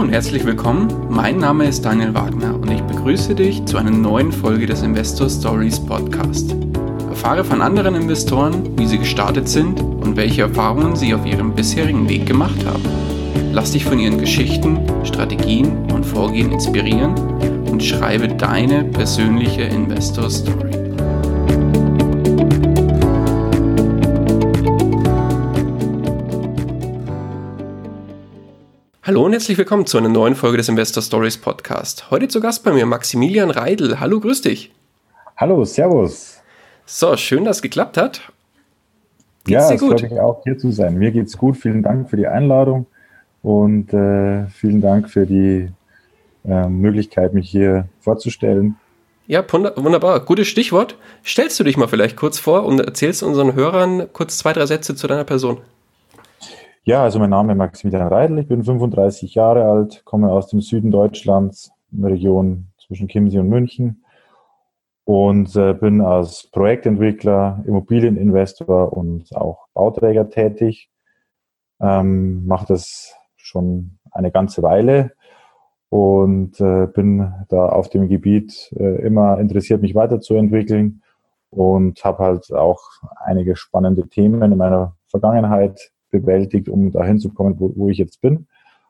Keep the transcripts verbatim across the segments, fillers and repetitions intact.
und herzlich willkommen. Mein Name ist Daniel Wagner und ich begrüße dich zu einer neuen Folge des Investor Stories Podcast. Erfahre von anderen Investoren, wie sie gestartet sind und welche Erfahrungen sie auf ihrem bisherigen Weg gemacht haben. Lass dich von ihren Geschichten, Strategien und Vorgehen inspirieren und schreibe deine persönliche Investor Story. Hallo und herzlich willkommen zu einer neuen Folge des Investor Stories Podcast. Heute zu Gast bei mir Maximilian Reidl. Hallo, grüß dich. Hallo, servus. So, schön, dass es geklappt hat. Geht's ja, es freut mich auch, hier zu sein. Mir geht's gut. Vielen Dank für die Einladung und äh, vielen Dank für die äh, Möglichkeit, mich hier vorzustellen. Ja, wunderbar. Gutes Stichwort. Stellst du dich mal vielleicht kurz vor und erzählst unseren Hörern kurz zwei, drei Sätze zu deiner Person? Ja, also mein Name ist Maximilian Reidl, ich bin fünfunddreißig Jahre alt, komme aus dem Süden Deutschlands, in der Region zwischen Chiemsee und München und äh, bin als Projektentwickler, Immobilieninvestor und auch Bauträger tätig. Ähm, mache das schon eine ganze Weile und äh, bin da auf dem Gebiet äh, immer interessiert, mich weiterzuentwickeln und habe halt auch einige spannende Themen in meiner Vergangenheit bewältigt, um dahin zu kommen, wo, wo ich jetzt bin,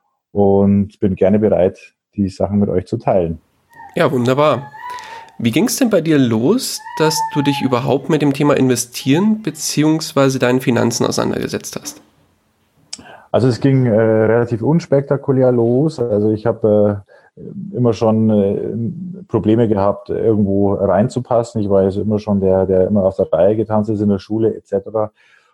und bin gerne bereit, die Sachen mit euch zu teilen. Ja, wunderbar. Wie ging es denn bei dir los, dass du dich überhaupt mit dem Thema Investieren bzw. deinen Finanzen auseinandergesetzt hast? Also es ging äh, relativ unspektakulär los. Also ich habe äh, immer schon äh, Probleme gehabt, irgendwo reinzupassen. Ich war also immer schon der, der immer auf der Reihe getanzt ist in der Schule et cetera.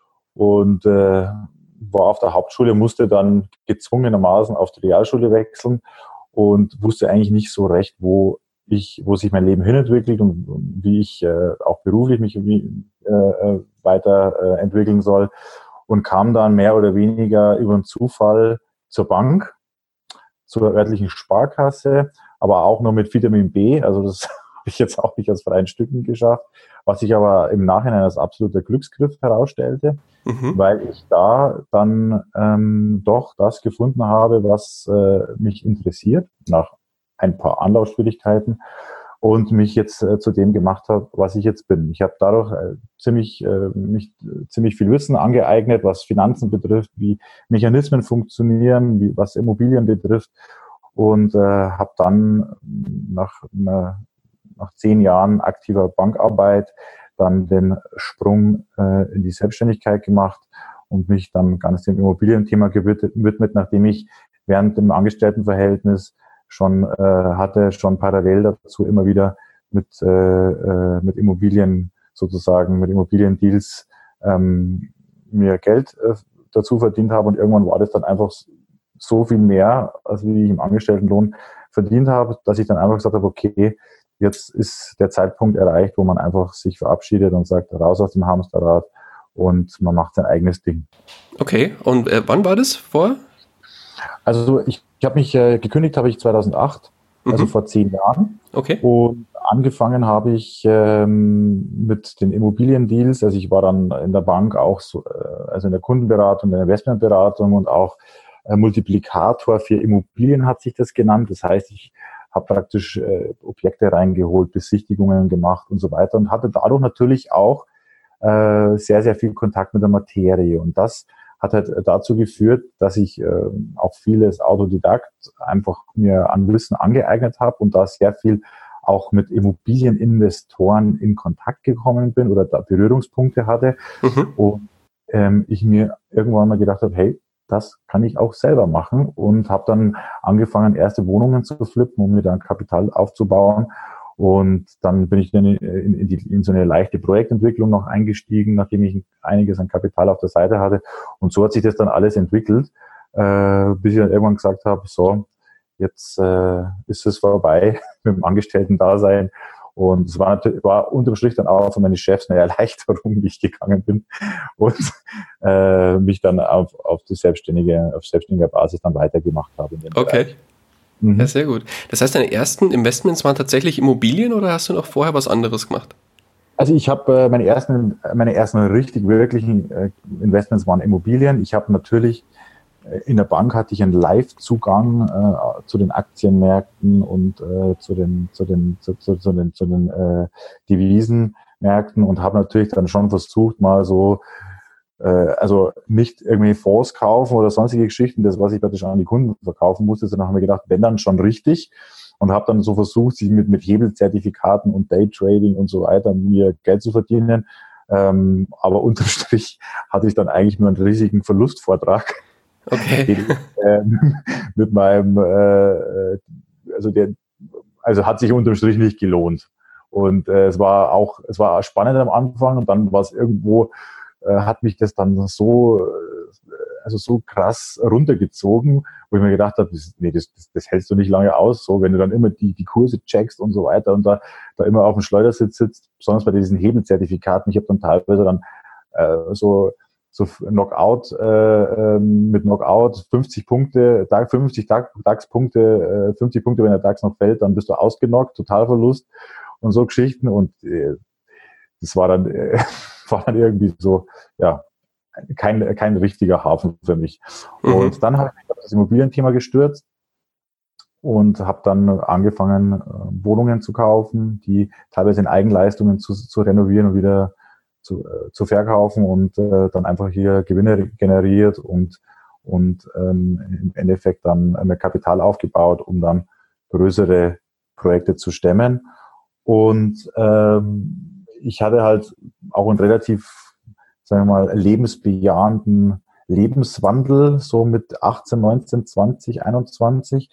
Und äh, war auf der Hauptschule, musste dann gezwungenermaßen auf die Realschule wechseln und wusste eigentlich nicht so recht, wo ich, wo sich mein Leben hinentwickelt und, und wie ich äh, auch beruflich mich wie, äh, weiter äh, entwickeln soll, und kam dann mehr oder weniger über einen Zufall zur Bank, zur örtlichen Sparkasse, aber auch nur mit Vitamin B, also das habe ich jetzt auch nicht aus freien Stücken geschafft, was sich aber im Nachhinein als absoluter Glücksgriff herausstellte, mhm. weil ich da dann ähm, doch das gefunden habe, was äh, mich interessiert, nach ein paar Anlaufschwierigkeiten, und mich jetzt äh, zu dem gemacht habe, was ich jetzt bin. Ich habe dadurch äh, ziemlich, äh, mich, äh, ziemlich viel Wissen angeeignet, was Finanzen betrifft, wie Mechanismen funktionieren, wie, was Immobilien betrifft, und äh, habe dann nach einer nach zehn Jahren aktiver Bankarbeit dann den Sprung äh, in die Selbstständigkeit gemacht und mich dann ganz dem Immobilienthema gewidmet, nachdem ich während dem Angestelltenverhältnis schon äh, hatte, schon parallel dazu immer wieder mit, äh, äh, mit Immobilien sozusagen, mit Immobiliendeals ähm, mir Geld äh, dazu verdient habe, und irgendwann war das dann einfach so viel mehr, als wie ich im Angestelltenlohn verdient habe, dass ich dann einfach gesagt habe, okay, jetzt ist der Zeitpunkt erreicht, wo man einfach sich verabschiedet und sagt, raus aus dem Hamsterrad, und man macht sein eigenes Ding. Okay, und äh, wann war das vor? Also ich, ich habe mich äh, gekündigt, habe ich zweitausendacht, mhm. also vor zehn Jahren. Okay. Und angefangen habe ich ähm, mit den Immobiliendeals. Also ich war dann in der Bank auch so, äh, also in der Kundenberatung, in der Investmentberatung und auch äh, Multiplikator für Immobilien hat sich das genannt. Das heißt, ich habe praktisch äh, Objekte reingeholt, Besichtigungen gemacht und so weiter, und hatte dadurch natürlich auch äh, sehr, sehr viel Kontakt mit der Materie. Und das hat halt dazu geführt, dass ich äh, auch vieles Autodidakt einfach mir an Wissen angeeignet habe und da sehr viel auch mit Immobilieninvestoren in Kontakt gekommen bin oder da Berührungspunkte hatte. Mhm. Und ähm, ich mir irgendwann mal gedacht habe, hey, das kann ich auch selber machen, und habe dann angefangen, erste Wohnungen zu flippen, um mir dann Kapital aufzubauen. Und dann bin ich dann in, in, die, in so eine leichte Projektentwicklung noch eingestiegen, nachdem ich einiges an Kapital auf der Seite hatte. Und so hat sich das dann alles entwickelt, äh, bis ich dann irgendwann gesagt habe, so, jetzt äh, ist es vorbei mit dem Angestellten-Dasein. Und es war natürlich, war unterm Strich dann auch von meinen Chefs eine Erleichterung, wie ich gegangen bin, und äh, mich dann auf, auf die selbstständige, auf selbstständiger Basis dann weitergemacht habe in dem Okay. Bereich. Mhm. Ja, sehr gut. Das heißt, deine ersten Investments waren tatsächlich Immobilien, oder hast du noch vorher was anderes gemacht? Also ich habe äh, meine ersten, meine ersten richtig wirklichen äh, Investments waren Immobilien. Ich habe natürlich in der Bank hatte ich einen Live-Zugang äh, zu den Aktienmärkten und äh, zu den zu den zu, zu, zu den zu den äh, Devisenmärkten und habe natürlich dann schon versucht, mal so äh, also nicht irgendwie Fonds kaufen oder sonstige Geschichten, das was ich praktisch an die Kunden verkaufen musste, sondern habe mir gedacht, wenn dann schon richtig, und habe dann so versucht, sich mit mit Hebelzertifikaten und Daytrading und so weiter mir Geld zu verdienen. Ähm, aber unterm Strich hatte ich dann eigentlich nur einen riesigen Verlustvortrag. Okay. Den, äh, mit meinem, äh, also der, also hat sich unterm Strich nicht gelohnt. Und äh, es war auch, es war spannend am Anfang und dann war es irgendwo, äh, hat mich das dann so, äh, also so krass runtergezogen, wo ich mir gedacht habe, das, nee, das, das, das hältst du nicht lange aus, so, wenn du dann immer die, die Kurse checkst und so weiter und da, da immer auf dem Schleudersitz sitzt, besonders bei diesen Hebelzertifikaten. Ich habe dann teilweise dann äh, so so Knockout äh, mit Knockout fünfzig Punkte, fünfzig DAX-Punkte, äh, fünfzig Punkte, wenn der DAX noch fällt, dann bist du ausgenockt, Totalverlust und so Geschichten. Und äh, das war dann äh, war dann irgendwie so, ja, kein kein richtiger Hafen für mich. Mhm. Und dann habe ich auf das Immobilienthema gestürzt und habe dann angefangen, äh, Wohnungen zu kaufen, die teilweise in Eigenleistungen zu, zu renovieren und wieder Zu, äh, zu verkaufen und äh, dann einfach hier Gewinne generiert und und ähm, im Endeffekt dann mehr Kapital aufgebaut, um dann größere Projekte zu stemmen. Und ähm, ich hatte halt auch einen relativ, sagen wir mal, lebensbejahenden Lebenswandel, so mit achtzehn, neunzehn, zwanzig, einundzwanzig.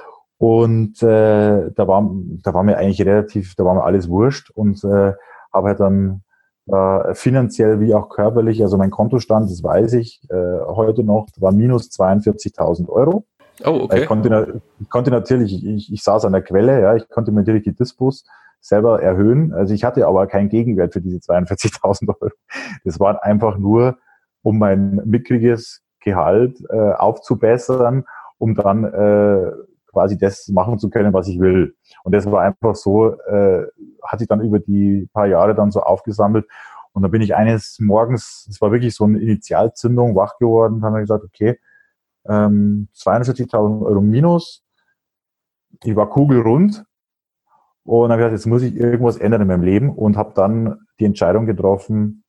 Und äh, da war da war mir eigentlich relativ, da war mir alles wurscht und äh, habe halt dann äh, finanziell wie auch körperlich, also mein Kontostand, das weiß ich äh, heute noch, war minus zweiundvierzigtausend Euro. Oh, okay. Ich konnte, ich konnte natürlich, ich, ich saß an der Quelle, ja, ich konnte mir natürlich die Dispos selber erhöhen. Also ich hatte aber keinen Gegenwert für diese zweiundvierzigtausend Euro. Das war einfach nur, um mein mickriges Gehalt äh, aufzubessern, um dann äh, quasi das machen zu können, was ich will. Und das war einfach so, äh, hat sich dann über die paar Jahre dann so aufgesammelt. Und dann bin ich eines Morgens, es war wirklich so eine Initialzündung, wach geworden, dann habe ich gesagt, okay, ähm, zweiundvierzigtausend Euro minus, ich war kugelrund und habe gesagt, jetzt muss ich irgendwas ändern in meinem Leben und habe dann die Entscheidung getroffen,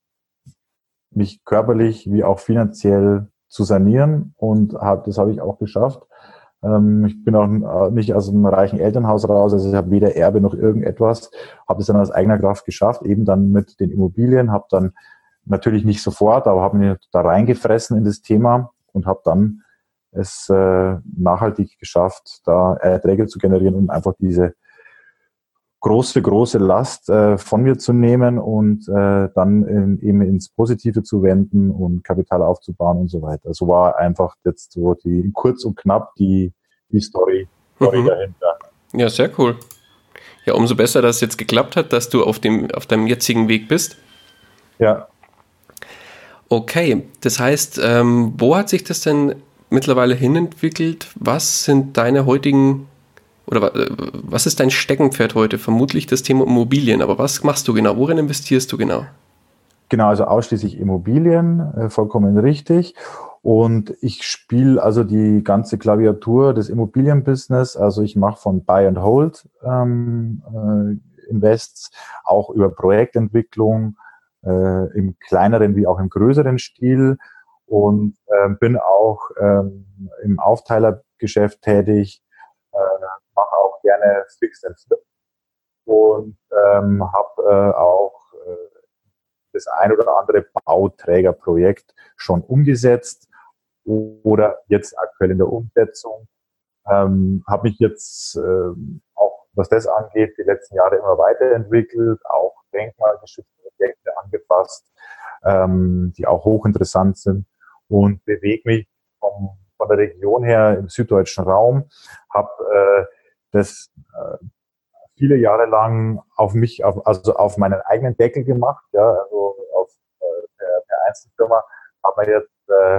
mich körperlich wie auch finanziell zu sanieren und hab, das habe ich auch geschafft. Ich bin auch nicht aus einem reichen Elternhaus raus, also ich habe weder Erbe noch irgendetwas, habe das dann aus eigener Kraft geschafft, eben dann mit den Immobilien, habe dann natürlich nicht sofort, aber habe mich da reingefressen in das Thema und habe dann es äh, nachhaltig geschafft, da Erträge zu generieren, um einfach diese große, große Last äh, von mir zu nehmen und äh, dann in, eben ins Positive zu wenden und Kapital aufzubauen und so weiter. So war einfach jetzt so die kurz und knapp die, die Story, Story mhm. dahinter. Ja, sehr cool. Ja, umso besser, dass es jetzt geklappt hat, dass du auf dem auf deinem jetzigen Weg bist. Ja. Okay, das heißt, ähm, wo hat sich das denn mittlerweile hinentwickelt? Was sind deine heutigen Oder was ist dein Steckenpferd heute? Vermutlich das Thema Immobilien, aber was machst du genau? Worin investierst du genau? Genau, also ausschließlich Immobilien, äh, vollkommen richtig. Und ich spiele also die ganze Klaviatur des Immobilienbusiness. Also ich mache von Buy and Hold ähm, äh, Invests, auch über Projektentwicklung, äh, im kleineren wie auch im größeren Stil. Und äh, bin auch ähm, im Aufteilergeschäft tätig. Äh, mache auch gerne Fix and Flip und ähm, habe äh, auch äh, das ein oder andere Bauträgerprojekt schon umgesetzt oder jetzt aktuell in der Umsetzung. Ähm, habe mich jetzt äh, auch, was das angeht, die letzten Jahre immer weiterentwickelt, auch denkmalgeschützte Objekte angefasst, ähm, die auch hochinteressant sind und bewege mich vom, von der Region her im süddeutschen Raum, habe äh, das äh, viele Jahre lang auf mich, auf, also auf meinen eigenen Deckel gemacht, ja, also auf äh, der, der Einzelfirma, habe mir jetzt äh,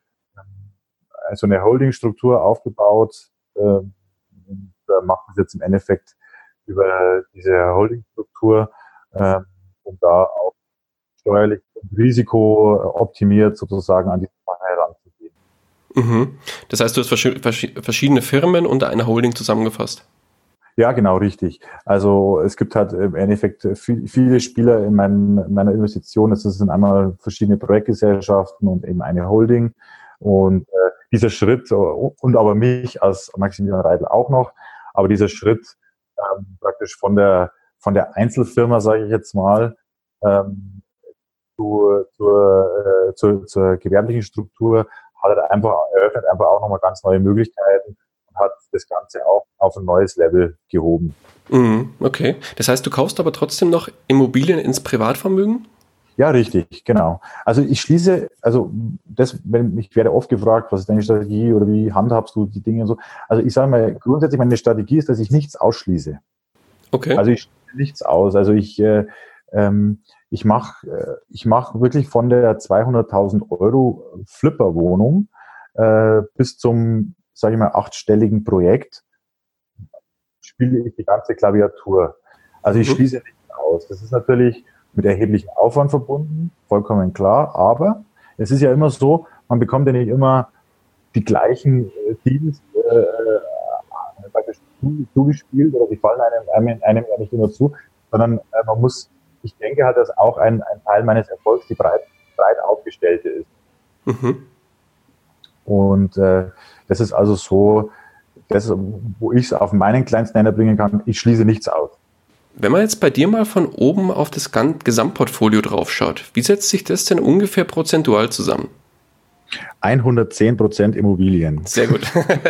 so eine Holdingstruktur aufgebaut äh, und äh, mache das jetzt im Endeffekt über diese Holdingstruktur, äh, um da auch steuerlich und risikooptimiert sozusagen an die Sache heranzugehen. Mhm. Das heißt, du hast vers- vers- verschiedene Firmen unter einer Holding zusammengefasst. Ja, genau, richtig. Also es gibt halt im Endeffekt viel, viele Spieler in meinen, meiner Investition. Das sind einmal verschiedene Projektgesellschaften und eben eine Holding. Und äh, dieser Schritt, und aber mich als Maximilian Reidl auch noch, aber dieser Schritt ähm, praktisch von der von der Einzelfirma, sage ich jetzt mal, ähm, zu, zur, äh, zur, zur gewerblichen Struktur hat er einfach, eröffnet einfach auch nochmal ganz neue Möglichkeiten und hat das Ganze auch auf ein neues Level gehoben. Mhm, okay. Das heißt, du kaufst aber trotzdem noch Immobilien ins Privatvermögen? Ja, richtig, genau. Also ich schließe, also das, wenn ich werde oft gefragt, was ist deine Strategie oder wie handhabst du die Dinge und so. Also ich sage mal, grundsätzlich meine Strategie ist, dass ich nichts ausschließe. Okay. Also ich schließe nichts aus. Also ich äh, ähm, ich mache äh, ich mach wirklich von der zweihunderttausend Euro Flipperwohnung äh, bis zum, sage ich mal, achtstelligen Projekt spiele ich die ganze Klaviatur. Also ich Mhm. schließe nichts aus. Das ist natürlich mit erheblichem Aufwand verbunden, vollkommen klar, aber es ist ja immer so, man bekommt ja nicht immer die gleichen äh, Deals äh, äh, praktisch zugespielt oder die fallen einem, einem, einem ja nicht immer zu, sondern äh, man muss, ich denke halt, dass auch ein, ein Teil meines Erfolgs die breit, breit aufgestellte ist. Mhm. Und äh, das ist also so, das, wo ich es auf meinen kleinsten Nenner bringen kann, ich schließe nichts aus. Wenn man jetzt bei dir mal von oben auf das Gesamtportfolio draufschaut, wie setzt sich das denn ungefähr prozentual zusammen? hundertzehn Prozent Immobilien. Sehr gut.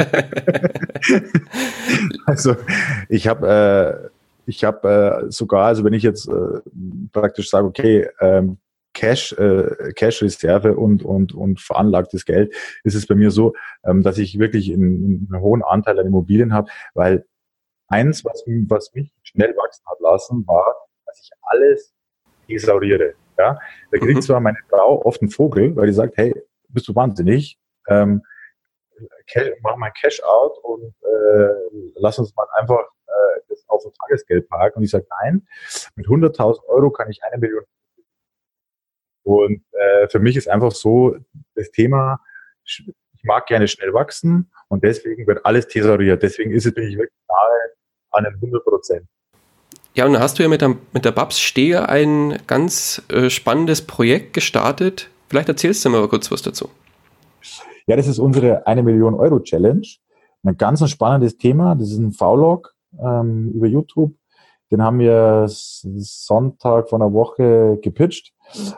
Also ich habe äh, ich habe äh, sogar, also wenn ich jetzt äh, praktisch sage, okay, ähm, Cash, äh, Cash-Reserve und, und, und veranlagtes Geld, ist es bei mir so, ähm, dass ich wirklich einen, einen hohen Anteil an Immobilien habe, weil eins, was, was mich schnell wachsen hat lassen, war, dass ich alles thesauriere. Ja? Da kriegt Mhm. zwar meine Frau oft einen Vogel, weil die sagt, hey, bist du wahnsinnig, ähm, mach mal Cash-out und äh, lass uns mal einfach äh, das auf ein Tagesgeld parken. Und ich sage, nein, mit hunderttausend Euro kann ich eine Million. Und äh, für mich ist einfach so das Thema, ich mag gerne schnell wachsen und deswegen wird alles thesauriert. Deswegen ist es bin ich wirklich nahe an den hundert Prozent. Ja, und da hast du ja mit der, mit der Babs Steger ein ganz äh, spannendes Projekt gestartet. Vielleicht erzählst du mal kurz was dazu. Ja, das ist unsere eine Million Euro Challenge. Ein ganz ein spannendes Thema. Das ist ein V-Log ähm, über YouTube. Den haben wir Sonntag von der Woche gepitcht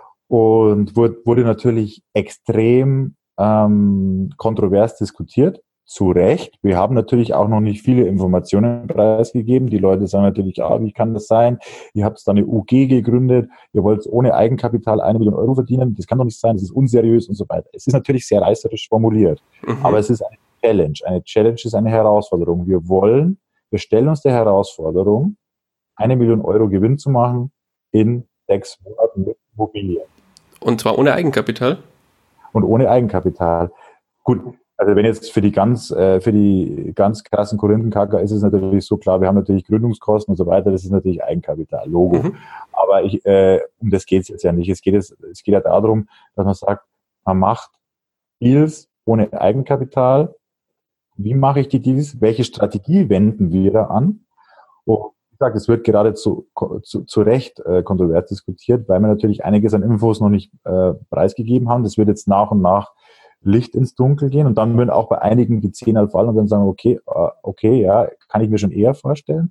und wurde, wurde natürlich extrem ähm, kontrovers diskutiert. Zu Recht. Wir haben natürlich auch noch nicht viele Informationen preisgegeben. Die Leute sagen natürlich, ah, wie kann das sein? Ihr habt da eine U G gegründet, ihr wollt ohne Eigenkapital eine Million Euro verdienen. Das kann doch nicht sein, das ist unseriös und so weiter. Es ist natürlich sehr reißerisch formuliert, Mhm. aber es ist eine Challenge. Eine Challenge ist eine Herausforderung. Wir wollen, wir stellen uns der Herausforderung, eine Million Euro Gewinn zu machen in sechs Monaten mit Immobilien. Und zwar ohne Eigenkapital? Und ohne Eigenkapital. Gut. Also wenn jetzt für die ganz, äh, für die ganz krassen Korinthenkacker ist es natürlich so klar, wir haben natürlich Gründungskosten und so weiter, das ist natürlich Eigenkapital, Logo. Mhm. Aber ich, äh, um das geht es jetzt ja nicht. Es geht jetzt, es geht ja darum, dass man sagt, man macht Deals ohne Eigenkapital. Wie mache ich die Deals? Welche Strategie wenden wir da an? Und ich sage, es wird gerade zu, zu, zu Recht äh, kontrovers diskutiert, weil wir natürlich einiges an Infos noch nicht äh, preisgegeben haben. Das wird jetzt nach und nach Licht ins Dunkel gehen und dann würden auch bei einigen die Zehner fallen und dann sagen, okay, okay, ja, kann ich mir schon eher vorstellen.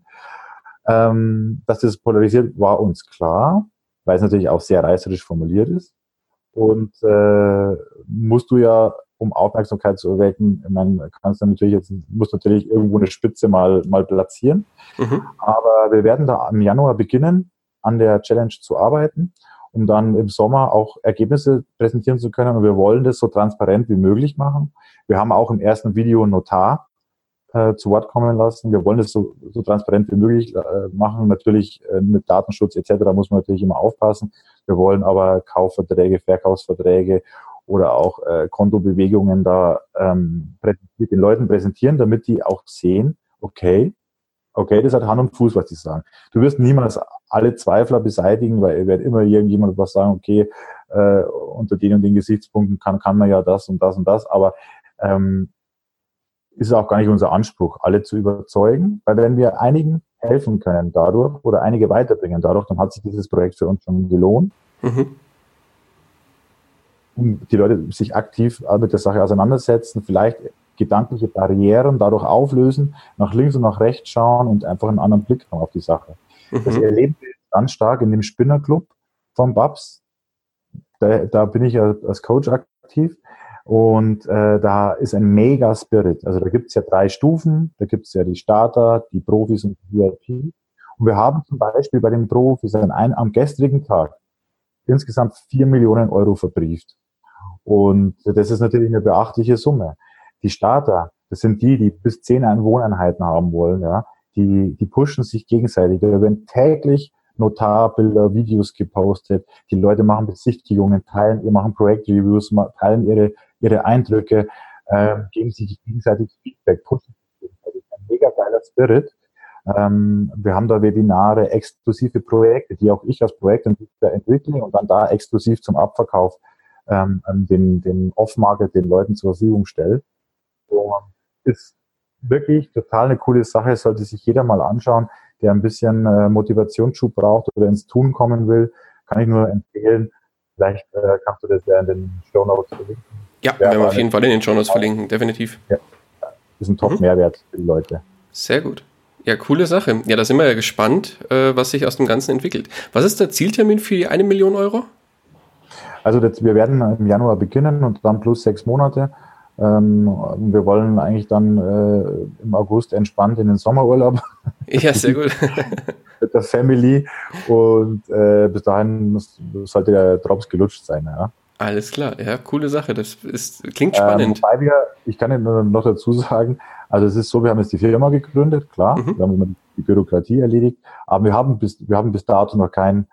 Ähm, dass das polarisiert, war uns klar, weil es natürlich auch sehr reißerisch formuliert ist. Und äh, musst du ja, um Aufmerksamkeit zu erwecken, ich meine, kannst du natürlich jetzt, musst natürlich irgendwo eine Spitze mal, mal platzieren. Mhm. Aber wir werden da im Januar beginnen, an der Challenge zu arbeiten, um dann im Sommer auch Ergebnisse präsentieren zu können. Und wir wollen das so transparent wie möglich machen. Wir haben auch im ersten Video einen Notar äh, zu Wort kommen lassen. Wir wollen das so, so transparent wie möglich äh, machen. Natürlich äh, mit Datenschutz et cetera muss man natürlich immer aufpassen. Wir wollen aber Kaufverträge, Verkaufsverträge oder auch äh, Kontobewegungen da ähm, den Leuten präsentieren, damit die auch sehen, okay, okay, das hat Hand und Fuß, was die sagen. Du wirst niemals alle Zweifler beseitigen, weil er wird immer irgendjemand was sagen, okay, äh, unter den und den Gesichtspunkten kann, kann man ja das und das und das, aber ähm, ist auch gar nicht unser Anspruch, alle zu überzeugen, weil wenn wir einigen helfen können dadurch oder einige weiterbringen dadurch, dann hat sich dieses Projekt für uns schon gelohnt. Mhm. Und die Leute sich aktiv mit der Sache auseinandersetzen, vielleicht gedankliche Barrieren dadurch auflösen, nach links und nach rechts schauen und einfach einen anderen Blick haben auf die Sache. Mhm. Das erleben wir ganz stark in dem Spinnerclub von Babs. Da, da bin ich ja als Coach aktiv und äh, da ist ein mega Spirit. Also da gibt es ja drei Stufen, da gibt es ja die Starter, die Profis und die V I P. Und wir haben zum Beispiel bei den Profis ein, am gestrigen Tag insgesamt vier Millionen Euro verbrieft. Und das ist natürlich eine beachtliche Summe. Die Starter, das sind die, die bis zehn Wohneinheiten haben wollen, ja, die, die pushen sich gegenseitig. Da werden täglich Notarbilder, Videos gepostet. Die Leute machen Besichtigungen, teilen, ihr machen Projektreviews, teilen ihre, ihre Eindrücke, äh, geben sich gegenseitig Feedback, pushen sich gegenseitig. Ein mega geiler Spirit. Ähm, wir haben da Webinare, exklusive Projekte, die auch ich als Projektentwickler entwickle und dann da exklusiv zum Abverkauf ähm, den, den Off-Market den Leuten zur Verfügung stelle. Und ist wirklich total eine coole Sache, sollte sich jeder mal anschauen, der ein bisschen äh, Motivationsschub braucht oder ins Tun kommen will, kann ich nur empfehlen. Vielleicht äh, kannst du das ja in den Shownotes verlinken. Ja, werden wir auf jeden Fall in den Shownotes verlinken, definitiv. Ja, das ist ein Top-Mehrwert für die Leute. Sehr gut. Ja, coole Sache. Ja, da sind wir ja gespannt, äh, was sich aus dem Ganzen entwickelt. Was ist der Zieltermin für die eine Million Euro? Also das, wir werden im Januar beginnen und dann plus sechs Monate. Ähm, wir wollen eigentlich dann äh, im August entspannt in den Sommerurlaub. Ja, sehr gut. Mit der Family und äh, bis dahin muss, sollte der Drops gelutscht sein. Ja. Alles klar, ja, coole Sache. Das ist, klingt spannend. Ähm, wobei wir, ich kann noch dazu sagen, also es ist so, wir haben jetzt die Firma gegründet, klar, mhm. wir haben immer die Bürokratie erledigt, aber wir haben bis, wir haben bis dato noch kein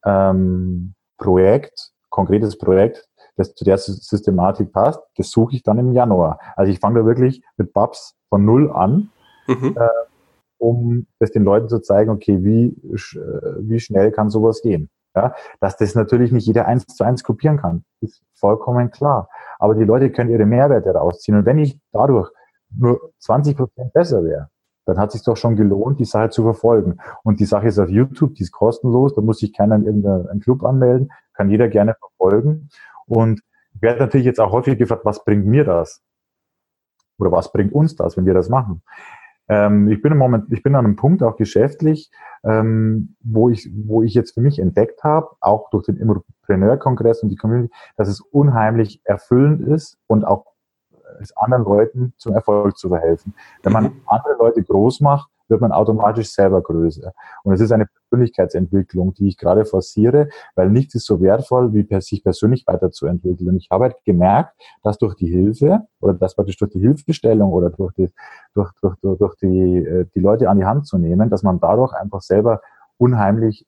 ähm, Projekt, konkretes Projekt, das zu der Systematik passt. Das suche ich dann im Januar. Also ich fange da wirklich mit Babs von null an, mhm. äh, um das den Leuten zu zeigen, okay, wie, wie schnell kann sowas gehen. Ja, dass das natürlich nicht jeder eins zu eins kopieren kann, ist vollkommen klar. Aber die Leute können ihre Mehrwerte rausziehen. Und wenn ich dadurch nur zwanzig Prozent besser wäre, dann hat es sich doch schon gelohnt, die Sache zu verfolgen. Und die Sache ist auf YouTube, die ist kostenlos, da muss sich keiner in irgendeinen Club anmelden, kann jeder gerne verfolgen. Und ich werde natürlich jetzt auch häufig gefragt, was bringt mir das? Oder was bringt uns das, wenn wir das machen? Ähm, ich bin im Moment, ich bin an einem Punkt auch geschäftlich, ähm, wo ich, wo ich jetzt für mich entdeckt habe, auch durch den Immopreneur-Kongress und die Community, dass es unheimlich erfüllend ist und auch es anderen Leuten zum Erfolg zu verhelfen. Wenn man andere Leute groß macht, wird man automatisch selber größer. Und es ist eine Persönlichkeitsentwicklung, die ich gerade forciere, weil nichts ist so wertvoll, wie sich persönlich weiterzuentwickeln. Und ich habe halt gemerkt, dass durch die Hilfe oder dass praktisch durch die Hilfestellung oder durch die, durch, durch, durch, durch die, die Leute an die Hand zu nehmen, dass man dadurch einfach selber unheimlich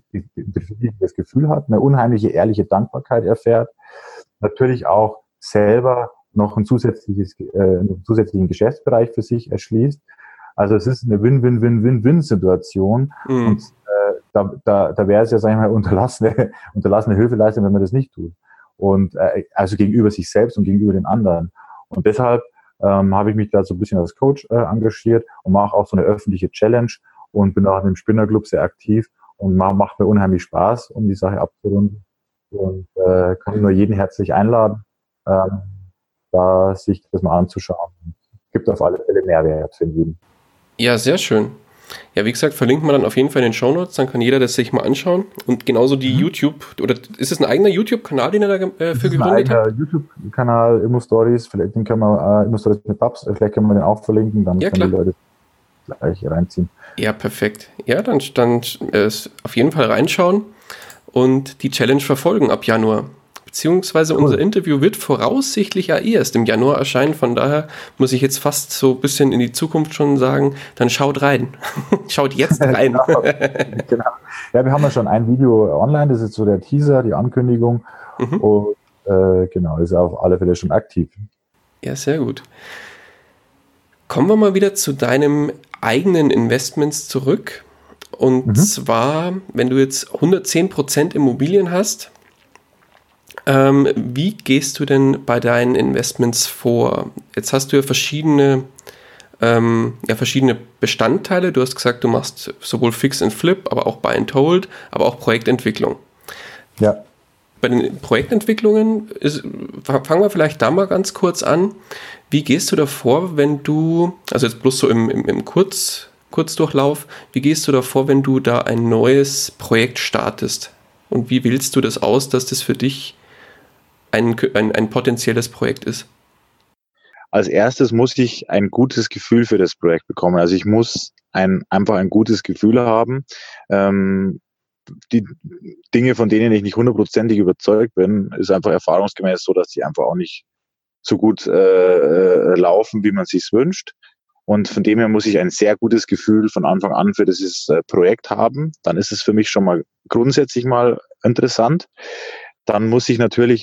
das Gefühl hat, eine unheimliche ehrliche Dankbarkeit erfährt, natürlich auch selber noch ein zusätzliches, äh, einen zusätzlichen Geschäftsbereich für sich erschließt. Also es ist eine Win-Win-Win-Win-Win-Situation mhm. und äh, da, da, da wäre es ja, sag ich mal, unterlassene, unterlassene Hilfeleistung, wenn man das nicht tut. Und äh, also gegenüber sich selbst und gegenüber den anderen. Und deshalb ähm, habe ich mich da so ein bisschen als Coach äh, engagiert und mache auch so eine öffentliche Challenge und bin auch in dem Spinnerclub sehr aktiv und mach, macht mir unheimlich Spaß, um die Sache abzurunden. Und äh, kann nur jeden herzlich einladen, ähm, da sich das mal anzuschauen. Es gibt auf alle Fälle Mehrwert für jeden. Ja, sehr schön. Ja, wie gesagt, verlinken wir dann auf jeden Fall in den Shownotes, dann kann jeder das sich mal anschauen. Und genauso die mhm. YouTube, oder ist es ein eigener YouTube-Kanal, den ihr da äh, für gegründet habt? Ein eigener YouTube-Kanal, Immo-Stories, vielleicht den können wir, äh, Immo-Stories mit Babs, vielleicht können wir den auch verlinken, dann ja, können klar. die Leute gleich reinziehen. Ja, perfekt. Ja, dann, dann äh, auf jeden Fall reinschauen und die Challenge verfolgen ab Januar. Beziehungsweise cool. Unser Interview wird voraussichtlich ja erst im Januar erscheinen. Von daher muss ich jetzt fast so ein bisschen in die Zukunft schon sagen, dann schaut rein. Schaut jetzt rein. Genau. Genau. Ja, wir haben ja schon ein Video online, das ist so der Teaser, die Ankündigung. Mhm. Und äh, genau, ist auf alle Fälle schon aktiv. Ja, sehr gut. Kommen wir mal wieder zu deinem eigenen Investments zurück. Und mhm. zwar, wenn du jetzt hundertzehn Prozent Immobilien hast, Ähm, wie gehst du denn bei deinen Investments vor? Jetzt hast du ja verschiedene, ähm, ja, verschiedene Bestandteile. Du hast gesagt, du machst sowohl Fix and Flip, aber auch Buy and Hold, aber auch Projektentwicklung. Ja. Bei den Projektentwicklungen ist, fangen wir vielleicht da mal ganz kurz an. Wie gehst du da vor, wenn du, also jetzt bloß so im, im, im Kurz, Kurzdurchlauf, wie gehst du da vor, wenn du da ein neues Projekt startest? Und wie wählst du das aus, dass das für dich ein, ein, ein potenzielles Projekt ist? Als erstes muss ich ein gutes Gefühl für das Projekt bekommen. Also ich muss ein, einfach ein gutes Gefühl haben. Ähm, die Dinge, von denen ich nicht hundertprozentig überzeugt bin, ist einfach erfahrungsgemäß so, dass die einfach auch nicht so gut äh, laufen, wie man sich's wünscht. Und von dem her muss ich ein sehr gutes Gefühl von Anfang an für dieses äh, Projekt haben. Dann ist es für mich schon mal grundsätzlich mal interessant. Dann muss ich natürlich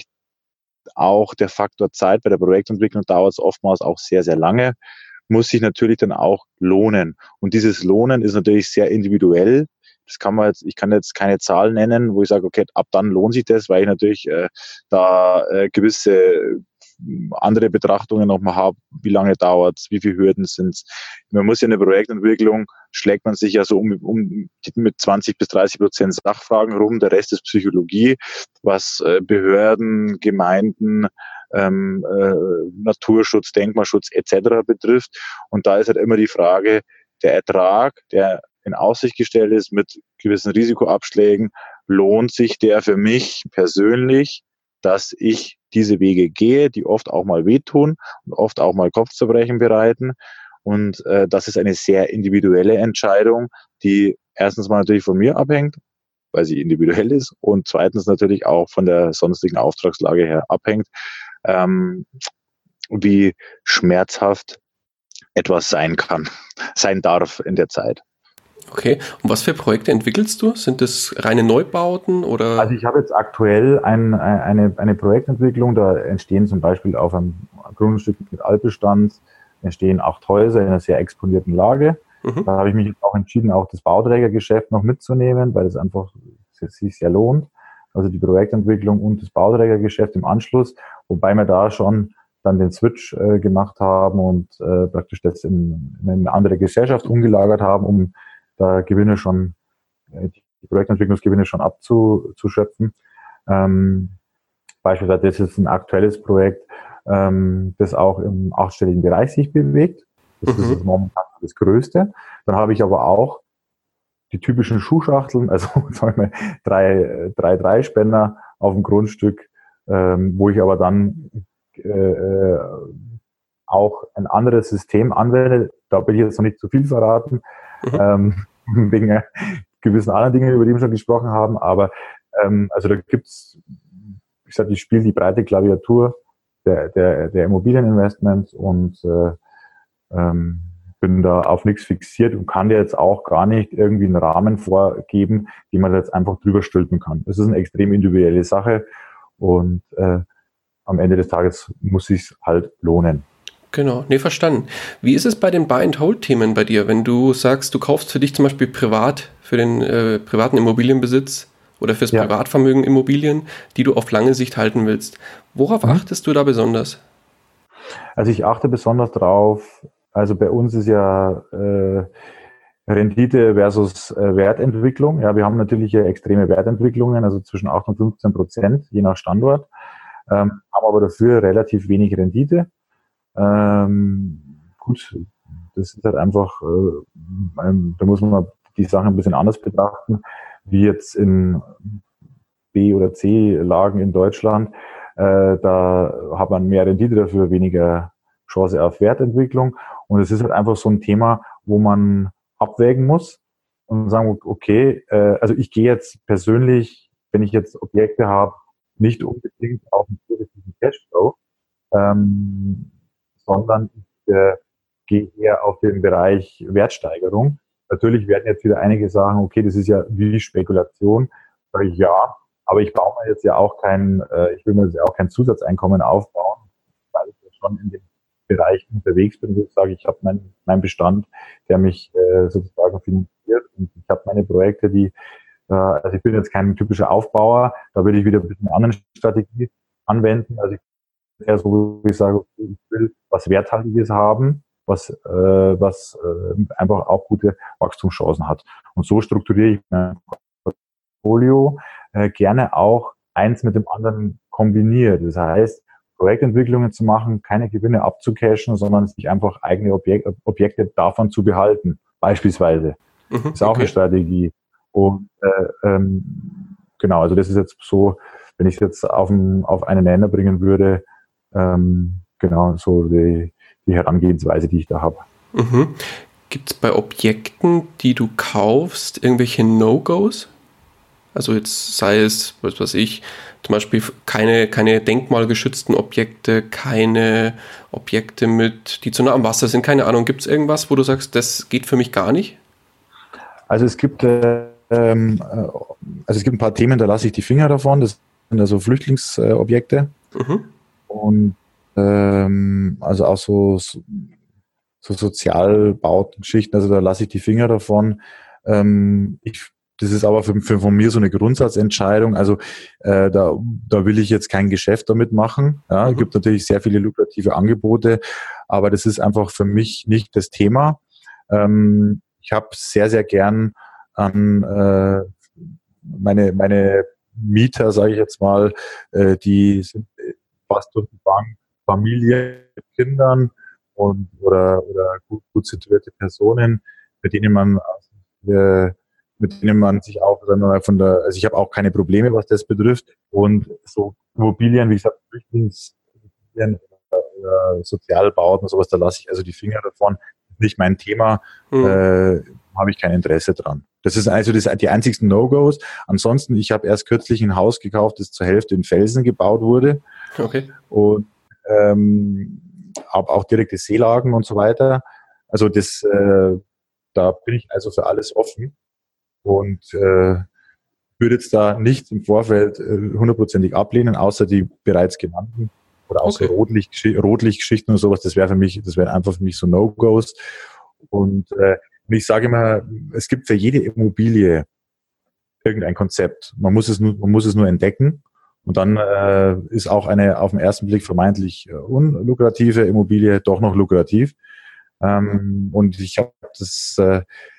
auch der Faktor Zeit, bei der Projektentwicklung dauert es oftmals auch sehr, sehr lange, muss sich natürlich dann auch lohnen. Und dieses Lohnen ist natürlich sehr individuell. Das kann man jetzt, ich kann jetzt keine Zahl nennen, wo ich sage, okay, ab dann lohnt sich das, weil ich natürlich äh, da äh, gewisse andere Betrachtungen nochmal habe, wie lange dauert es, wie viele Hürden sind es. Man muss ja in der Projektentwicklung, schlägt man sich ja so um, um mit zwanzig bis dreißig Prozent Sachfragen rum, der Rest ist Psychologie, was äh, Behörden, Gemeinden, ähm, äh, Naturschutz, Denkmalschutz et cetera betrifft. Und da ist halt immer die Frage, der Ertrag, der in Aussicht gestellt ist mit gewissen Risikoabschlägen, lohnt sich der für mich persönlich, dass ich diese Wege gehe, die oft auch mal wehtun und oft auch mal Kopfzerbrechen bereiten. Und äh, das ist eine sehr individuelle Entscheidung, die erstens mal natürlich von mir abhängt, weil sie individuell ist, und zweitens natürlich auch von der sonstigen Auftragslage her abhängt, ähm, wie schmerzhaft etwas sein kann, sein darf in der Zeit. Okay, und was für Projekte entwickelst du? Sind das reine Neubauten oder? Also ich habe jetzt aktuell ein, eine, eine Projektentwicklung, da entstehen zum Beispiel auf einem Grundstück mit Altbestand, entstehen acht Häuser in einer sehr exponierten Lage. Mhm. Da habe ich mich jetzt auch entschieden, auch das Bauträgergeschäft noch mitzunehmen, weil es einfach sich sehr lohnt. Also die Projektentwicklung und das Bauträgergeschäft im Anschluss, wobei wir da schon dann den Switch äh, gemacht haben und äh, praktisch das in, in eine andere Gesellschaft umgelagert haben, um da Gewinne schon, die Projektentwicklungsgewinne schon abzuschöpfen. Ähm, beispielsweise das ist ein aktuelles Projekt, ähm, das auch im achtstelligen Bereich sich bewegt. Das mhm. ist momentan das Größte. Dann habe ich aber auch die typischen Schuhschachteln, also sagen wir mal drei, drei Dreispänner auf dem Grundstück, ähm, wo ich aber dann äh, auch ein anderes System anwende. Da will ich jetzt noch nicht zu viel verraten. Mhm. Ähm, wegen gewissen anderen Dingen, über die wir schon gesprochen haben, aber ähm, also da gibt's, ich sag, ich spiele die breite Klaviatur der, der, der Immobilieninvestments und äh, ähm, bin da auf nichts fixiert und kann dir jetzt auch gar nicht irgendwie einen Rahmen vorgeben, den man jetzt einfach drüber stülpen kann. Das ist eine extrem individuelle Sache und äh, am Ende des Tages muss sich's halt lohnen. Genau, nee, verstanden. Wie ist es bei den Buy-and-Hold-Themen bei dir, wenn du sagst, du kaufst für dich zum Beispiel privat, für den äh, privaten Immobilienbesitz oder fürs ja. Privatvermögen Immobilien, die du auf lange Sicht halten willst? Worauf mhm. achtest du da besonders? Also ich achte besonders drauf, also bei uns ist ja äh, Rendite versus äh, Wertentwicklung. Ja, wir haben natürlich hier extreme Wertentwicklungen, also zwischen acht und fünfzehn Prozent, je nach Standort, ähm, haben aber dafür relativ wenig Rendite. Ähm, gut, das ist halt einfach, äh, ähm, da muss man die Sachen ein bisschen anders betrachten, wie jetzt in B- oder C-Lagen in Deutschland. Äh, da hat man mehr Rendite dafür, weniger Chance auf Wertentwicklung. Und es ist halt einfach so ein Thema, wo man abwägen muss und sagen, okay, äh, also ich gehe jetzt persönlich, wenn ich jetzt Objekte habe, nicht unbedingt auf einen positiven Cashflow, ähm, sondern ich äh, gehe eher auf den Bereich Wertsteigerung. Natürlich werden jetzt wieder einige sagen, okay, das ist ja wie Spekulation. Sage ich ja, aber ich baue mir jetzt ja auch kein, äh, ich will mir jetzt ja auch kein Zusatzeinkommen aufbauen, weil ich ja schon in dem Bereich unterwegs bin, wo ich sage, ich habe meinen mein Bestand, der mich äh, sozusagen finanziert und ich habe meine Projekte, die Also ich bin jetzt kein typischer Aufbauer, da würde ich wieder ein bisschen eine andere Strategie anwenden. Also ich bin eher so, wo ich sage, okay, ich will was Werthaltiges haben, was, äh, was äh, einfach auch gute Wachstumschancen hat. Und so strukturiere ich mein Portfolio, äh, gerne auch eins mit dem anderen kombiniert. Das heißt, Projektentwicklungen zu machen, keine Gewinne abzucashen, sondern sich einfach eigene Objek- Objekte davon zu behalten, beispielsweise. Mhm, ist auch okay. eine Strategie. Und äh, ähm, genau, also das ist jetzt so, wenn ich es jetzt auf, ein, auf einen Nenner bringen würde, ähm, genau, so die, die Herangehensweise, die ich da habe. Mhm. Gibt es bei Objekten, die du kaufst, irgendwelche No-Gos? Also jetzt sei es, was weiß ich, zum Beispiel keine, keine denkmalgeschützten Objekte, keine Objekte mit, die zu nah am Wasser sind, keine Ahnung. Gibt es irgendwas, wo du sagst, das geht für mich gar nicht? Also es gibt äh, ähm, also es gibt ein paar Themen, da lasse ich die Finger davon. Das sind also Flüchtlingsobjekte. Mhm. Und ähm, also auch so, so, so Sozialbautengeschichten, also da lasse ich die Finger davon. Ähm, ich Das ist aber für, für von mir so eine Grundsatzentscheidung. Also äh, da, da will ich jetzt kein Geschäft damit machen. Ja, mhm. Es gibt natürlich sehr viele lukrative Angebote, aber das ist einfach für mich nicht das Thema. Ähm, ich habe sehr, sehr gern an äh, meine, meine Mieter, sage ich jetzt mal, äh, die sind fast durch die Bank Familie mit Kindern und oder, oder gut, gut situierte Personen, mit denen man äh, mit denen man sich auch von der, also ich habe auch keine Probleme, was das betrifft. Und so Immobilien, wie gesagt, Flüchtlingsimmobilien oder Sozialbauten und sowas, da lasse ich also die Finger davon. Nicht mein Thema, mhm. äh, habe ich kein Interesse dran. Das ist also das, die einzigsten No-Gos. Ansonsten, ich habe erst kürzlich ein Haus gekauft, das zur Hälfte in Felsen gebaut wurde. Okay. Und ähm, habe auch direkte Seelagen und so weiter. Also das, äh, da bin ich also für alles offen. Und äh, würde jetzt da nicht im Vorfeld äh, hundertprozentig ablehnen, außer die bereits genannten oder auch okay. so Rotlicht, Rotlichtgeschichten und sowas. Das wäre für mich, das wären einfach für mich so No-Gos. Und, äh, und ich sage immer, es gibt für jede Immobilie irgendein Konzept. Man muss es nur, man muss es nur entdecken. Und dann äh, ist auch eine auf den ersten Blick vermeintlich äh, unlukrative Immobilie doch noch lukrativ. Ähm, und ich habe das äh,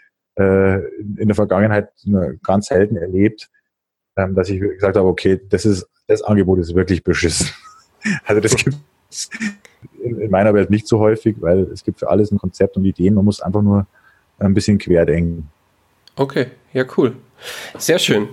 in der Vergangenheit ganz selten erlebt, dass ich gesagt habe, okay, das ist das Angebot ist wirklich beschissen. Also das gibt es in meiner Welt nicht so häufig, weil es gibt für alles ein Konzept und Ideen. Man muss einfach nur ein bisschen querdenken. Okay, ja cool. Sehr schön.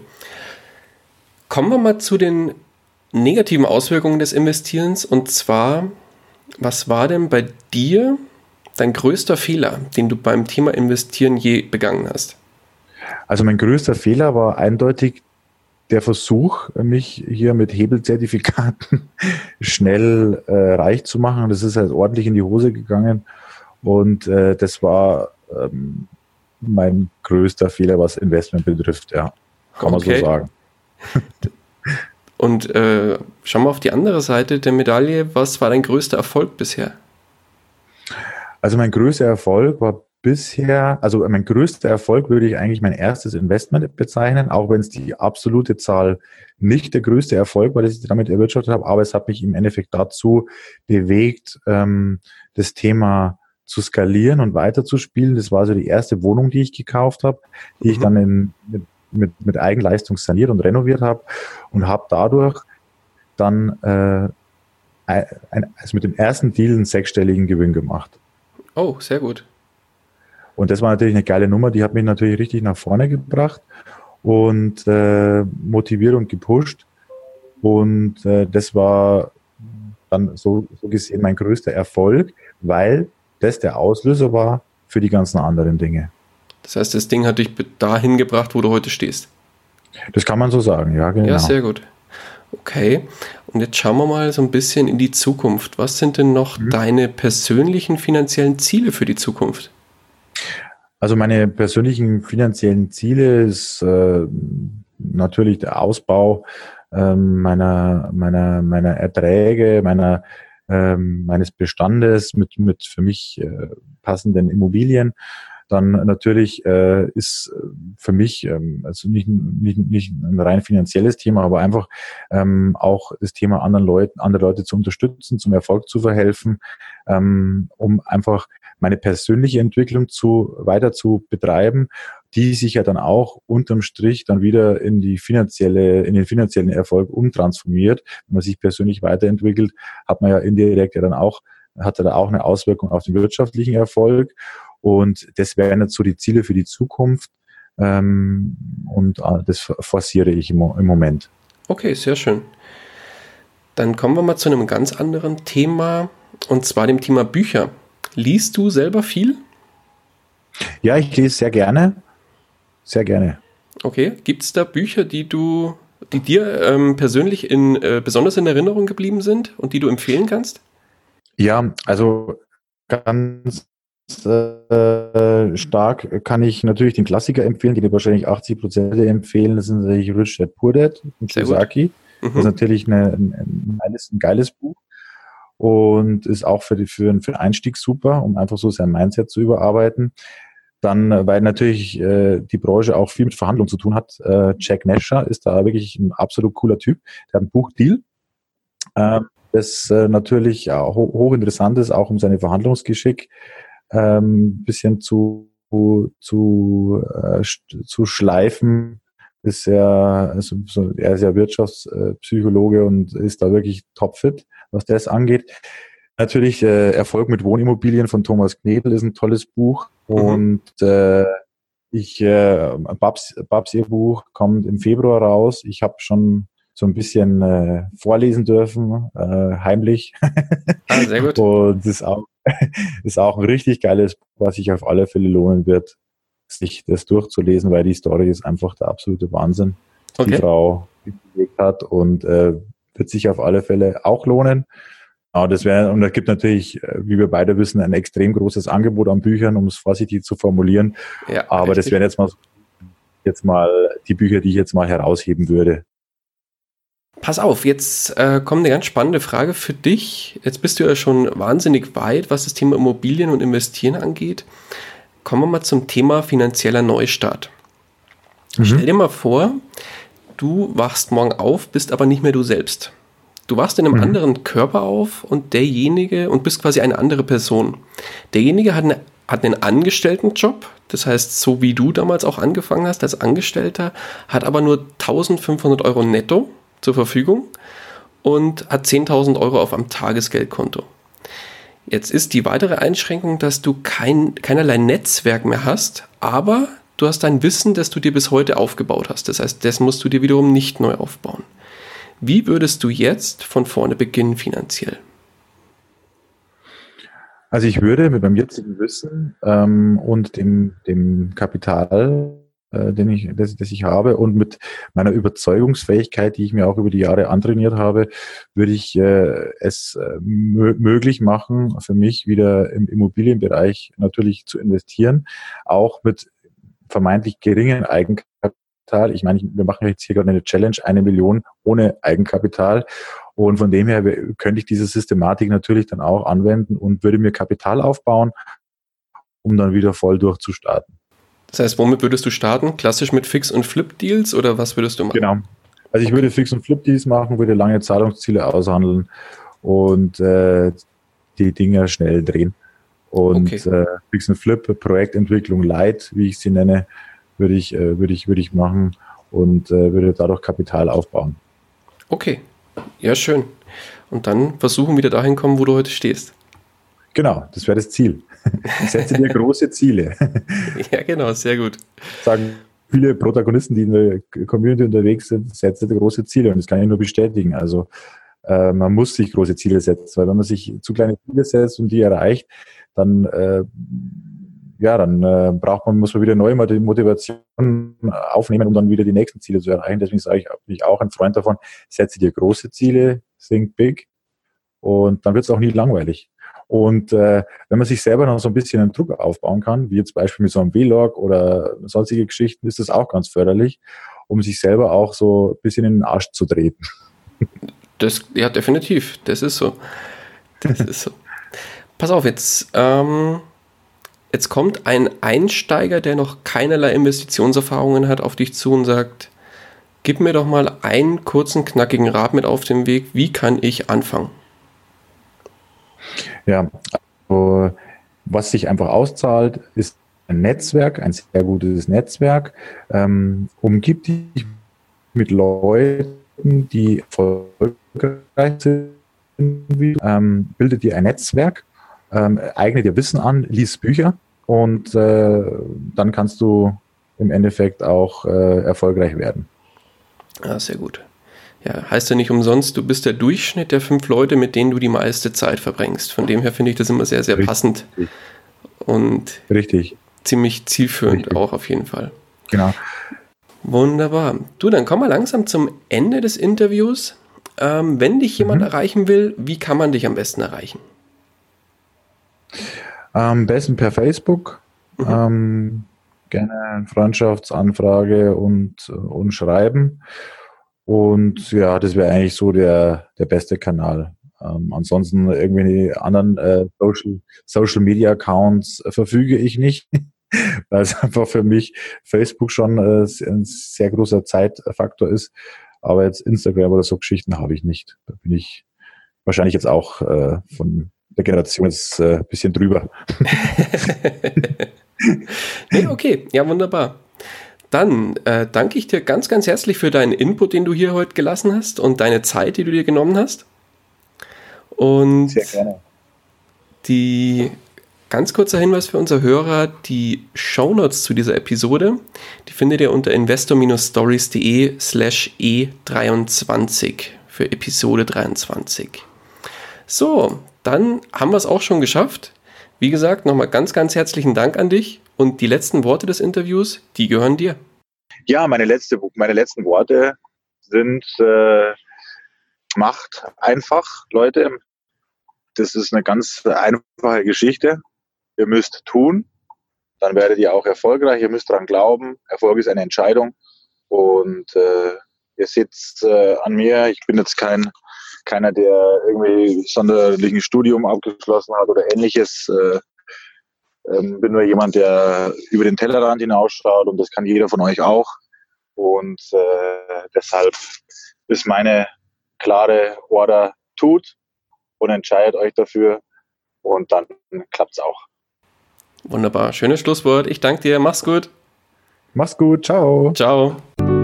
Kommen wir mal zu den negativen Auswirkungen des Investierens. Und zwar, was war denn bei dir dein größter Fehler, den du beim Thema Investieren je begangen hast? Also mein größter Fehler war eindeutig der Versuch, mich hier mit Hebelzertifikaten schnell äh, reich zu machen. Das ist halt ordentlich in die Hose gegangen und äh, das war ähm, mein größter Fehler, was Investment betrifft. Ja, kann okay. man so sagen. Und äh, schauen wir auf die andere Seite der Medaille. Was war dein größter Erfolg bisher? Also mein größter Erfolg war bisher, also mein größter Erfolg würde ich eigentlich mein erstes Investment bezeichnen, auch wenn es die absolute Zahl nicht der größte Erfolg war, das ich damit erwirtschaftet habe, aber es hat mich im Endeffekt dazu bewegt, ähm, das Thema zu skalieren und weiterzuspielen. Das war also die erste Wohnung, die ich gekauft habe, die mhm. ich dann in, mit, mit, mit Eigenleistung saniert und renoviert habe und habe dadurch dann äh, ein, also mit dem ersten Deal einen sechsstelligen Gewinn gemacht. Oh, sehr gut. Und das war natürlich eine geile Nummer, die hat mich natürlich richtig nach vorne gebracht und äh, motiviert und gepusht. Und äh, das war dann so, so gesehen mein größter Erfolg, weil das der Auslöser war für die ganzen anderen Dinge. Das heißt, das Ding hat dich dahin gebracht, wo du heute stehst. Das kann man so sagen, ja, genau. Ja, sehr gut. Okay, und jetzt schauen wir mal so ein bisschen in die Zukunft. Was sind denn noch mhm. deine persönlichen finanziellen Ziele für die Zukunft? Also meine persönlichen finanziellen Ziele ist äh, natürlich der Ausbau äh, meiner, meiner, meiner Erträge, meiner, äh, meines Bestandes mit, mit für mich äh, passenden Immobilien. dann natürlich äh, ist für mich, ähm, also nicht, nicht, nicht ein rein finanzielles Thema, aber einfach ähm, auch das Thema anderen Leuten, andere Leute zu unterstützen, zum Erfolg zu verhelfen, ähm, um einfach meine persönliche Entwicklung zu weiter zu betreiben, die sich ja dann auch unterm Strich dann wieder in die finanzielle, in den finanziellen Erfolg umtransformiert. Wenn man sich persönlich weiterentwickelt, hat man ja indirekt ja dann auch, hat er da auch eine Auswirkung auf den wirtschaftlichen Erfolg. Und das wären jetzt so die Ziele für die Zukunft. Ähm, und äh, das forciere ich im, im Moment. Okay, sehr schön. Dann kommen wir mal zu einem ganz anderen Thema, und zwar dem Thema Bücher. Liest du selber viel? Ja, ich lese sehr gerne. Sehr gerne. Okay. Gibt es da Bücher, die du, die dir ähm, persönlich in, äh, besonders in Erinnerung geblieben sind und die du empfehlen kannst? Ja, also ganz äh, stark kann ich natürlich den Klassiker empfehlen, den wahrscheinlich achtzig Prozent empfehlen. Das ist natürlich Rich Dad Poor Dad von Kiyosaki. Mhm. Das ist natürlich eine, ein, ein, geiles, ein geiles Buch und ist auch für, die, für, für den Einstieg super, um einfach so sein Mindset zu überarbeiten. Dann, weil natürlich äh, die Branche auch viel mit Verhandlungen zu tun hat, äh, Jack Nasher ist da wirklich ein absolut cooler Typ. Der hat ein Buchdeal, äh, das äh, natürlich auch hochinteressant ist, auch um seine Verhandlungsgeschick ähm, bisschen zu, zu, äh, zu schleifen. Ist er, also, so, er ist ja Wirtschaftspsychologe und ist da wirklich topfit, was das angeht. Natürlich äh, Erfolg mit Wohnimmobilien von Thomas Knebel ist ein tolles Buch. Und mhm. äh, ich, äh, Babs, Babs ihr Buch kommt im Februar raus. Ich habe schon so ein bisschen äh, vorlesen dürfen, äh, heimlich. Ah, sehr gut. Und das ist auch, ist auch ein richtig geiles Buch, was sich auf alle Fälle lohnen wird, sich das durchzulesen, weil die Story ist einfach der absolute Wahnsinn, okay. Die Frau bewegt hat und äh, wird sich auf alle Fälle auch lohnen. Ja, das wäre, und es gibt natürlich, wie wir beide wissen, ein extrem großes Angebot an Büchern, um es vorsichtig zu formulieren. Ja, aber richtig. Das wären jetzt mal, jetzt mal die Bücher, die ich jetzt mal herausheben würde. Pass auf, jetzt äh, kommt eine ganz spannende Frage für dich. Jetzt bist du ja schon wahnsinnig weit, was das Thema Immobilien und Investieren angeht. Kommen wir mal zum Thema finanzieller Neustart. Mhm. Stell dir mal vor, du wachst morgen auf, bist aber nicht mehr du selbst. Du wachst in einem mhm. anderen Körper auf und derjenige, und bist quasi eine andere Person. Derjenige hat, eine, hat einen Angestelltenjob, das heißt, so wie du damals auch angefangen hast als Angestellter, hat aber nur eintausendfünfhundert Euro netto zur Verfügung und hat zehntausend Euro auf einem Tagesgeldkonto. Jetzt ist die weitere Einschränkung, dass du kein, keinerlei Netzwerk mehr hast, aber du hast dein Wissen, das du dir bis heute aufgebaut hast. Das heißt, das musst du dir wiederum nicht neu aufbauen. Wie würdest du jetzt von vorne beginnen finanziell? Also ich würde mit meinem jetzigen Wissen ähm, und dem, dem Kapital, äh, den ich, das, das ich habe, und mit meiner Überzeugungsfähigkeit, die ich mir auch über die Jahre antrainiert habe, würde ich äh, es äh, m- möglich machen, für mich wieder im Immobilienbereich natürlich zu investieren, auch mit vermeintlich geringen Eigenkapital. Ich meine, wir machen jetzt hier gerade eine Challenge, eine Million ohne Eigenkapital. Und von dem her könnte ich diese Systematik natürlich dann auch anwenden und würde mir Kapital aufbauen, um dann wieder voll durchzustarten. Das heißt, womit würdest du starten? Klassisch mit Fix- und Flip-Deals oder was würdest du machen? Genau. Also ich würde Fix- und Flip-Deals machen, würde lange Zahlungsziele aushandeln und äh, die Dinge schnell drehen. Und okay. äh, Fix und Flip, Projektentwicklung Light, wie ich sie nenne, würde ich, äh, würde ich, würde ich machen und äh, würde dadurch Kapital aufbauen. Okay, ja schön. Und dann versuchen wieder dahin kommen, wo du heute stehst. Genau, das wäre das Ziel. Setze dir große Ziele. Ja, genau, sehr gut. Sagen viele Protagonisten, die in der Community unterwegs sind, setze dir große Ziele und das kann ich nur bestätigen. Also äh, man muss sich große Ziele setzen, weil wenn man sich zu kleine Ziele setzt und die erreicht, dann äh, ja, dann äh, braucht man, muss man wieder neue Motivation aufnehmen, um dann wieder die nächsten Ziele zu erreichen. Deswegen sage ich, bin ich auch ein Freund davon, setze dir große Ziele, think big und dann wird es auch nie langweilig. Und äh, wenn man sich selber noch so ein bisschen einen Druck aufbauen kann, wie jetzt Beispiel mit so einem Vlog oder sonstige Geschichten, ist das auch ganz förderlich, um sich selber auch so ein bisschen in den Arsch zu treten. Das, ja, definitiv. Das ist so. Das ist so. Pass auf, jetzt ähm jetzt kommt ein Einsteiger, der noch keinerlei Investitionserfahrungen hat, auf dich zu und sagt, gib mir doch mal einen kurzen, knackigen Rat mit auf den Weg, wie kann ich anfangen? Ja, also, was sich einfach auszahlt, ist ein Netzwerk, ein sehr gutes Netzwerk. Ähm, umgib dich mit Leuten, die erfolgreich sind. Ähm, bilde dir ein Netzwerk, ähm, eigne dir Wissen an, lies Bücher und äh, dann kannst du im Endeffekt auch äh, erfolgreich werden. Ja, sehr gut. Ja, heißt ja nicht umsonst, du bist der Durchschnitt der fünf Leute, mit denen du die meiste Zeit verbringst. Von dem her finde ich das immer sehr, sehr Richtig. passend und Richtig. ziemlich zielführend Richtig. auch auf jeden Fall. Genau. Wunderbar. Du, dann kommen wir langsam zum Ende des Interviews. Ähm, wenn dich jemand Mhm. erreichen will, wie kann man dich am besten erreichen? Am besten per Facebook. Mhm. Ähm, gerne Freundschaftsanfrage und, und schreiben. Und ja, das wäre eigentlich so der, der beste Kanal. Ähm, ansonsten irgendwie anderen äh, Social, Social Media Accounts äh, verfüge ich nicht, weil es einfach für mich Facebook schon äh, ein sehr großer Zeitfaktor ist. Aber jetzt Instagram oder so Geschichten habe ich nicht. Da bin ich wahrscheinlich jetzt auch äh, von der Generation jetzt äh, ein bisschen drüber. Nee, okay, ja, wunderbar. Dann äh, danke ich dir ganz, ganz herzlich für deinen Input, den du hier heute gelassen hast und deine Zeit, die du dir genommen hast. Und Sehr gerne. die ganz kurzer Hinweis für unsere Hörer, die Shownotes zu dieser Episode, die findet ihr unter investor-stories.de slash e dreiundzwanzig für Episode dreiundzwanzig. So, dann haben wir es auch schon geschafft. Wie gesagt, nochmal ganz, ganz herzlichen Dank an dich und die letzten Worte des Interviews, die gehören dir. Ja, meine, letzte, meine letzten Worte sind, äh, macht einfach, Leute. Das ist eine ganz einfache Geschichte. Ihr müsst tun, dann werdet ihr auch erfolgreich. Ihr müsst daran glauben. Erfolg ist eine Entscheidung. Und äh, ihr seht äh, an mir, ich bin jetzt kein keiner, der irgendwie sonderlich ein Studium abgeschlossen hat oder ähnliches. Äh, ähm, bin nur jemand, der über den Tellerrand hinausschaut und das kann jeder von euch auch. Und äh, deshalb ist meine klare Order, tut und entscheidet euch dafür und dann klappt's auch. Wunderbar, schönes Schlusswort. Ich danke dir, mach's gut. Mach's gut, ciao. Ciao.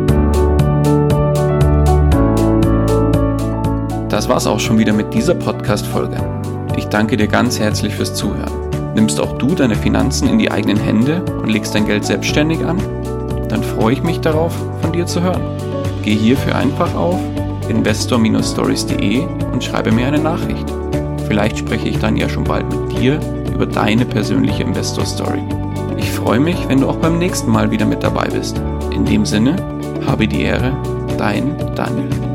Das war's auch schon wieder mit dieser Podcast-Folge. Ich danke dir ganz herzlich fürs Zuhören. Nimmst auch du deine Finanzen in die eigenen Hände und legst dein Geld selbstständig an? Dann freue ich mich darauf, von dir zu hören. Geh hierfür einfach auf investor stories punkt de und schreibe mir eine Nachricht. Vielleicht spreche ich dann ja schon bald mit dir über deine persönliche Investor-Story. Ich freue mich, wenn du auch beim nächsten Mal wieder mit dabei bist. In dem Sinne, habe die Ehre, dein Daniel.